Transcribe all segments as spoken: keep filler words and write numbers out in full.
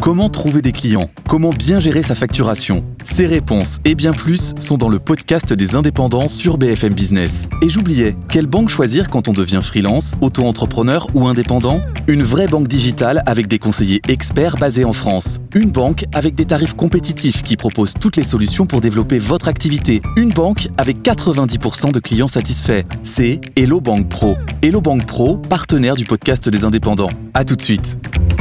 Comment trouver des clients ? Comment bien gérer sa facturation ? Ces réponses et bien plus sont dans le podcast des indépendants sur B F M Business. Et j'oubliais, quelle banque choisir quand on devient freelance, auto-entrepreneur ou indépendant ? Une vraie banque digitale avec des conseillers experts basés en France. Une banque avec des tarifs compétitifs qui propose toutes les solutions pour développer votre activité. Une banque avec quatre-vingt-dix pour cent de clients satisfaits. C'est Hello Bank Pro. Hello Bank Pro, partenaire du podcast des indépendants. À tout de suite.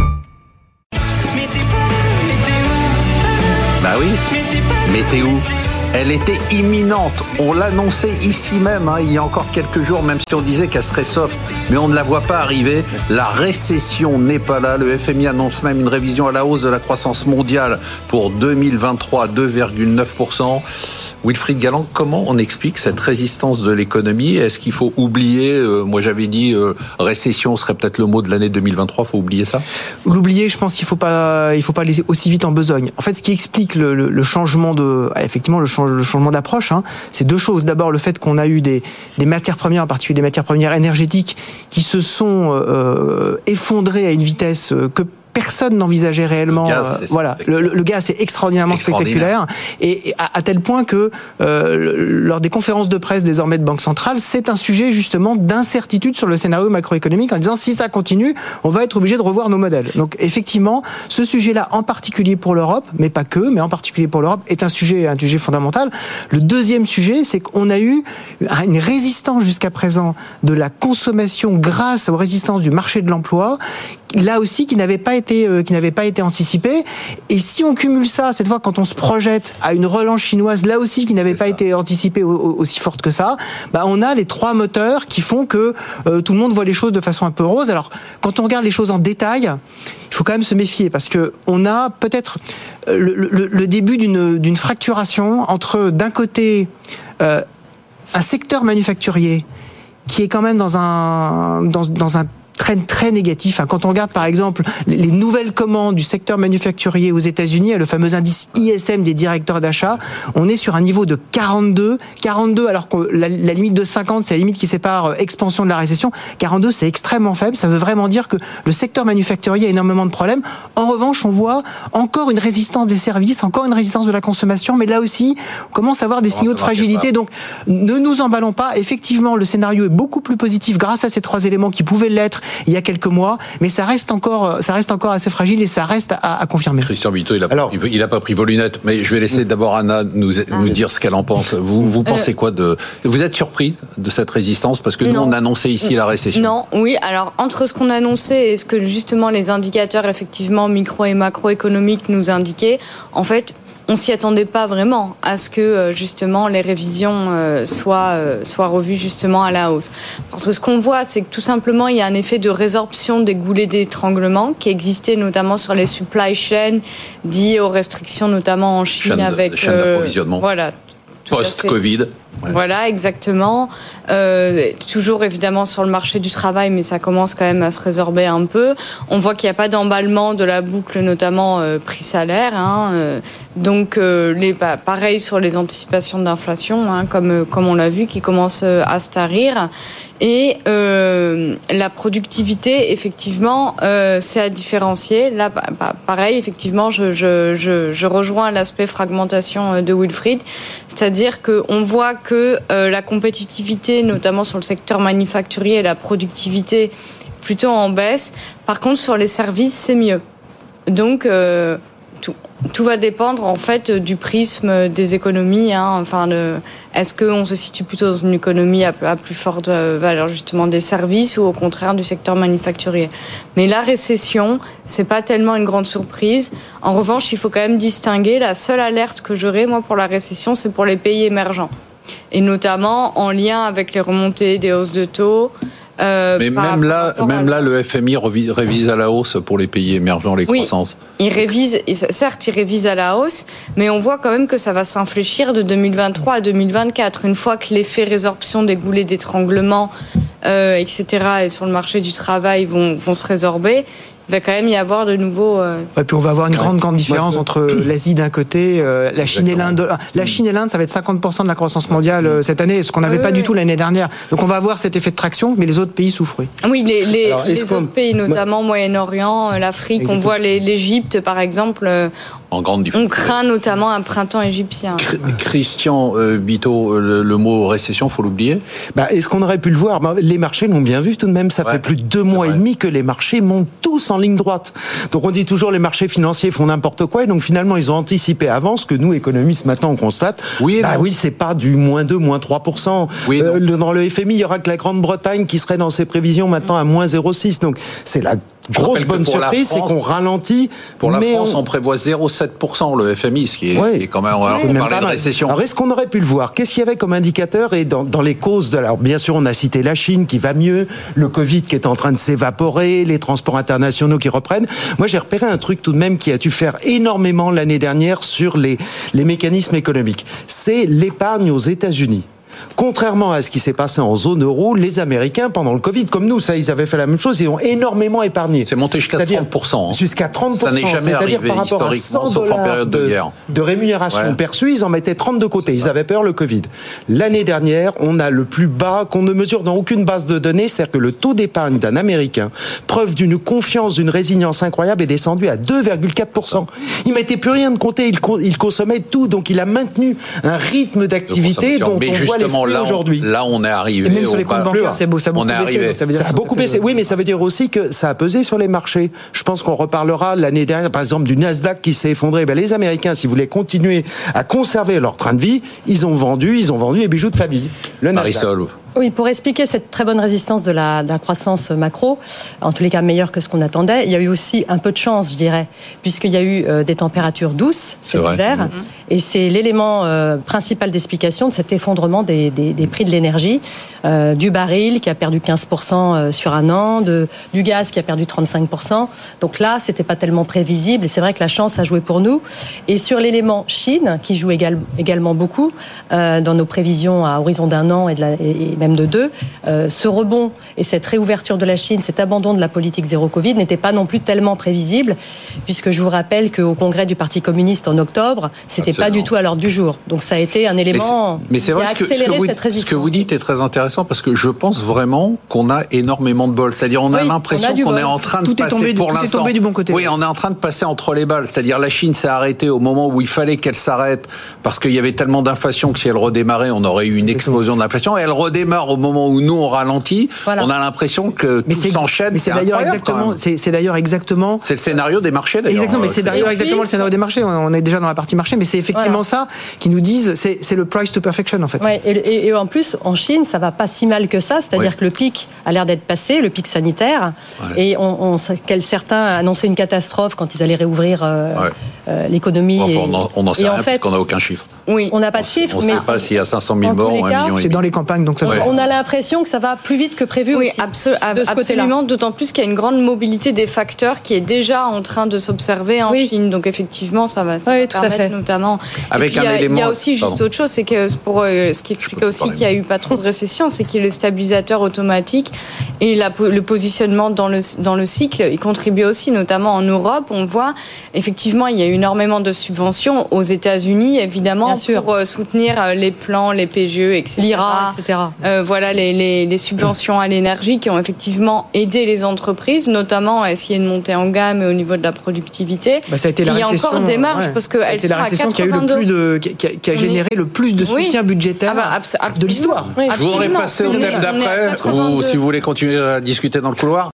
Bah oui, météo. Elle était imminente. On l'annonçait ici même, hein, il y a encore quelques jours, même si on disait qu'elle serait soft, mais on ne la voit pas arriver. La récession n'est pas là. Le F M I annonce même une révision à la hausse de la croissance mondiale pour deux mille vingt-trois, deux virgule neuf pour cent. Wilfried Galland, comment on explique cette résistance de l'économie ? Est-ce qu'il faut oublier, euh, moi j'avais dit euh, récession serait peut-être le mot de l'année deux mille vingt-trois, il faut oublier ça ? L'oublier, je pense qu'il faut pas, il faut pas laisser aussi vite en besogne. En fait, ce qui explique le, le, le changement de, effectivement, le, change, le changement d'approche, hein, c'est deux choses. D'abord, le fait qu'on a eu des, des matières premières, en particulier des matières premières énergétiques, qui se sont euh, effondrées à une vitesse que personne n'envisageait réellement. Le gaz, euh, voilà, le, le gaz c'est extraordinairement spectaculaire et, et à, à tel point que euh, lors des conférences de presse désormais de Banque centrale, c'est un sujet justement d'incertitude sur le scénario macroéconomique en disant si ça continue, on va être obligé de revoir nos modèles. Donc effectivement, ce sujet-là, en particulier pour l'Europe, mais pas que, mais en particulier pour l'Europe, est un sujet, un sujet fondamental. Le deuxième sujet, c'est qu'on a eu une résistance jusqu'à présent de la consommation grâce aux résistances du marché de l'emploi, là aussi qui n'avait pas été euh, qui n'avait pas été anticipé. Et si on cumule ça cette fois quand on se projette à une relance chinoise là aussi qui n'avait C'est pas ça. été anticipée au, au, aussi forte que ça, bah on a les trois moteurs qui font que euh, tout le monde voit les choses de façon un peu rose. Alors quand on regarde les choses en détail, il faut quand même se méfier parce que on a peut-être le, le, le début d'une d'une fracturation entre d'un côté euh, un secteur manufacturier qui est quand même dans un dans dans un Très, très négatif. Quand on regarde par exemple les nouvelles commandes du secteur manufacturier aux États-Unis, le fameux indice I S M des directeurs d'achat, on est sur un niveau de quarante-deux, quarante-deux alors que la, la limite de cinquante, c'est la limite qui sépare expansion de la récession. quarante-deux, c'est extrêmement faible. Ça veut vraiment dire que le secteur manufacturier a énormément de problèmes. En revanche, on voit encore une résistance des services, encore une résistance de la consommation, mais là aussi, on commence à avoir des on signaux de fragilité. Donc, ne nous emballons pas. Effectivement, le scénario est beaucoup plus positif grâce à ces trois éléments qui pouvaient l'être il y a quelques mois, mais ça reste encore, ça reste encore assez fragile et ça reste à, à confirmer. Christian Vito, il n'a pas, pas pris vos lunettes, mais je vais laisser d'abord Anna nous, ah, nous dire ce qu'elle en pense. Vous, vous pensez euh, quoi de... Vous êtes surpris de cette résistance ? Parce que nous, non. on annonçait ici la récession. Non, oui, alors entre ce qu'on annonçait et ce que justement les indicateurs effectivement micro et macroéconomiques nous indiquaient, en fait, on s'y attendait pas vraiment à ce que justement les révisions euh, soient euh, soient revues justement à la hausse. Parce que ce qu'on voit, c'est que tout simplement il y a un effet de résorption des goulets d'étranglement qui existait notamment sur les supply chains liés aux restrictions notamment en Chine chaîne avec de, chaîne euh, d'approvisionnement. Voilà. Post-Covid. Ouais. Voilà, exactement. Euh, toujours évidemment sur le marché du travail, mais ça commence quand même à se résorber un peu. On voit qu'il n'y a pas d'emballement de la boucle, notamment euh, prix-salaire. Hein, euh, donc, euh, les, bah, pareil sur les anticipations d'inflation, hein, comme, comme on l'a vu, qui commencent à se tarir. Et euh, la productivité, effectivement, euh, c'est à différencier. Là, bah, pareil, effectivement, je, je, je, je rejoins l'aspect fragmentation de Wilfried, c'est-à-dire qu'on voit que euh, la compétitivité, notamment sur le secteur manufacturier, et la productivité plutôt en baisse. Par contre, sur les services, c'est mieux. Donc, euh, tout, tout va dépendre en fait du prisme des économies. Hein. Enfin, le, est-ce qu'on se situe plutôt dans une économie à, à plus forte valeur justement des services ou au contraire du secteur manufacturier ? Mais la récession, c'est pas tellement une grande surprise. En revanche, il faut quand même distinguer. La seule alerte que j'aurais moi pour la récession, c'est pour les pays émergents. Et notamment en lien avec les remontées des hausses de taux. Euh, Mais même là, même là, le F M I révise, révise à la hausse pour les pays émergents les oui, croissances. Il révise, certes, il révise à la hausse, mais on voit quand même que ça va s'infléchir de deux mille vingt-trois à deux mille vingt-quatre. Une fois que l'effet résorption des goulets d'étranglement, euh, et cetera, et sur le marché du travail vont, vont se résorber, il va quand même y avoir de nouveaux... Euh, et puis on va avoir une grande, grande différence Moi, entre l'Asie d'un côté, euh, la Chine Exactement. et l'Inde. La Chine et l'Inde, ça va être cinquante pour cent de la croissance mondiale euh, cette année, ce qu'on n'avait oui, pas oui. du tout l'année dernière. Donc on va avoir cet effet de traction, mais les autres pays souffrent. Oui, oui les, les, Alors, les autres pays, notamment bah... Moyen-Orient, l'Afrique, Exactement. on voit les, l'Égypte, par exemple, euh, en grande on craint notamment un printemps égyptien. Christian euh, Bito, le, le mot récession, faut l'oublier. Bah, est-ce qu'on aurait pu le voir ? bah, Les marchés l'ont bien vu tout de même. Ça ouais, fait plus de deux mois vrai. et demi que les marchés montent tous en ligne droite. Donc on dit toujours les marchés financiers font n'importe quoi. Et donc finalement ils ont anticipé avant ce que nous économistes maintenant on constate. Oui, bah oui, c'est pas du moins deux, moins trois pour cent. Oui, euh, dans le F M I, il y aura que la Grande-Bretagne qui serait dans ses prévisions maintenant à moins zéro virgule six. Donc c'est la grosse bonne surprise, France, c'est qu'on ralentit. Pour la mais France, on... on prévoit zéro virgule sept pour cent le F M I, ce qui est, ouais. qui est quand même. Alors on parlait de récession. Alors est-ce qu'on aurait pu le voir ? Qu'est-ce qu'il y avait comme indicateur ? Et dans, dans les causes de. Alors bien sûr, on a cité la Chine qui va mieux, le Covid qui est en train de s'évaporer, les transports internationaux qui reprennent. Moi, j'ai repéré un truc tout de même qui a dû faire énormément l'année dernière sur les les mécanismes économiques. C'est l'épargne aux États-Unis. Contrairement à ce qui s'est passé en zone euro, les Américains, pendant le Covid, comme nous, ça, ils avaient fait la même chose, ils ont énormément épargné. C'est monté jusqu'à trente pour cent. Hein. Jusqu'à trente pour cent. Ça n'est jamais c'est-à-dire arrivé par rapport à cent sauf en période de, de guerre. De rémunération ouais. perçue, ils en mettaient trente de côté. Ils avaient peur le Covid. L'année dernière, on a le plus bas qu'on ne mesure dans aucune base de données, c'est-à-dire que le taux d'épargne d'un Américain, preuve d'une confiance, d'une résilience incroyable, est descendu à deux virgule quatre pour cent. Il mettait plus rien de côté, il, il consommait tout, donc il a maintenu un rythme d'activité dont mais on voit les fruits aujourd'hui. Là, on est arrivé. Et même sur les comptes bancaires, c'est beau, ça a beaucoup baissé. Donc ça veut dire ça a beaucoup baissé. Oui, mais ça veut dire aussi que ça a pesé sur les marchés. Je pense qu'on reparlera l'année dernière, par exemple, du Nasdaq qui s'est effondré. Ben, les Américains, s'ils voulaient continuer à conserver leur train de vie, ils ont vendu, ils ont vendu les bijoux de famille. Le Nasdaq. Marisol. Oui, pour expliquer cette très bonne résistance de la, de la croissance macro, en tous les cas meilleure que ce qu'on attendait, il y a eu aussi un peu de chance, je dirais, puisqu'il y a eu euh, des températures douces cet hiver, mmh. et c'est l'élément euh, principal d'explication de cet effondrement des, des, des prix de l'énergie, euh, du baril qui a perdu quinze pour cent sur un an, de, du gaz qui a perdu trente-cinq pour cent. Donc là, c'était pas tellement prévisible, et c'est vrai que la chance a joué pour nous. Et sur l'élément Chine, qui joue égal, également beaucoup euh, dans nos prévisions à horizon d'un an et de la et, et même de deux, euh, ce rebond et cette réouverture de la Chine, cet abandon de la politique zéro Covid n'était pas non plus tellement prévisible, puisque je vous rappelle qu'au congrès du Parti communiste en octobre, c'était Absolument. pas du tout à l'ordre du jour. Donc ça a été un élément mais c'est, mais c'est vrai qui a accéléré ce que, ce que vous, cette résistance. Ce que vous dites est très intéressant parce que je pense vraiment qu'on a énormément de bol. C'est-à-dire on a oui, l'impression on a qu'on bol. est en train de tout passer est tombé, pour tout l'instant. Est tombé du bon côté. Oui, on est en train de passer entre les balles. C'est-à-dire la Chine s'est arrêtée au moment où il fallait qu'elle s'arrête parce qu'il y avait tellement d'inflation que si elle redémarrait, on aurait eu une explosion d'inflation. Et elle redémarre au moment où nous on ralentit. Voilà. On a l'impression que tout c'est, s'enchaîne. Mais c'est, c'est d'ailleurs exactement. C'est, c'est d'ailleurs exactement. C'est le scénario des marchés d'ailleurs. Exactement. Mais c'est d'ailleurs exactement le scénario des marchés. On est déjà dans la partie marché, mais c'est effectivement voilà. ça qui nous disent. C'est, c'est le price to perfection en fait. Ouais, et, et, et en plus en Chine, ça va pas si mal que ça. C'est-à-dire oui. que le pic a l'air d'être passé, le pic sanitaire, ouais. et on, on, certains annonçaient une catastrophe quand ils allaient réouvrir euh, ouais. euh, l'économie. Enfin, on n'en sait et rien en fait, parce qu'on n'a aucun chiffre. Oui, on n'a pas de chiffre, on mais ne sait pas s'il y a cinq cent mille morts ou un million. C'est dans les campagnes, donc ça. Ouais. On a l'impression que ça va plus vite que prévu oui, aussi. Absol- de ce absolument, d'autant plus qu'il y a une grande mobilité des facteurs qui est déjà en train de s'observer en oui. Chine. Donc effectivement, ça va, ça oui, va tout permettre à fait. notamment. Avec et puis, un il y a, élément. Il y a aussi juste Pardon. autre chose, c'est que pour euh, ce qui explique aussi qu'il n'y a eu pas trop de récession, c'est qu'il y a le stabilisateur automatique et la, le positionnement dans le dans le cycle. Il contribue aussi, notamment en Europe. On voit effectivement, il y a eu énormément de subventions aux États-Unis, évidemment, Bien sûr. pour euh, soutenir les plans, les P G E, et cetera. L'I R A, et cetera. Euh, voilà les, les, les subventions à l'énergie qui ont effectivement aidé les entreprises, notamment à essayer de monter en gamme et au niveau de la productivité. Bah, ça a été la il y a récession, encore des marges ouais. parce que elles c'est sont la récession à quatre-vingt-deux. qui a eu le plus de, qui a, qui a généré le plus de soutien oui. budgétaire ah bah, abs- de l'histoire. Oui, je voudrais passer au thème d'après. Vous, si vous voulez continuer à discuter dans le couloir.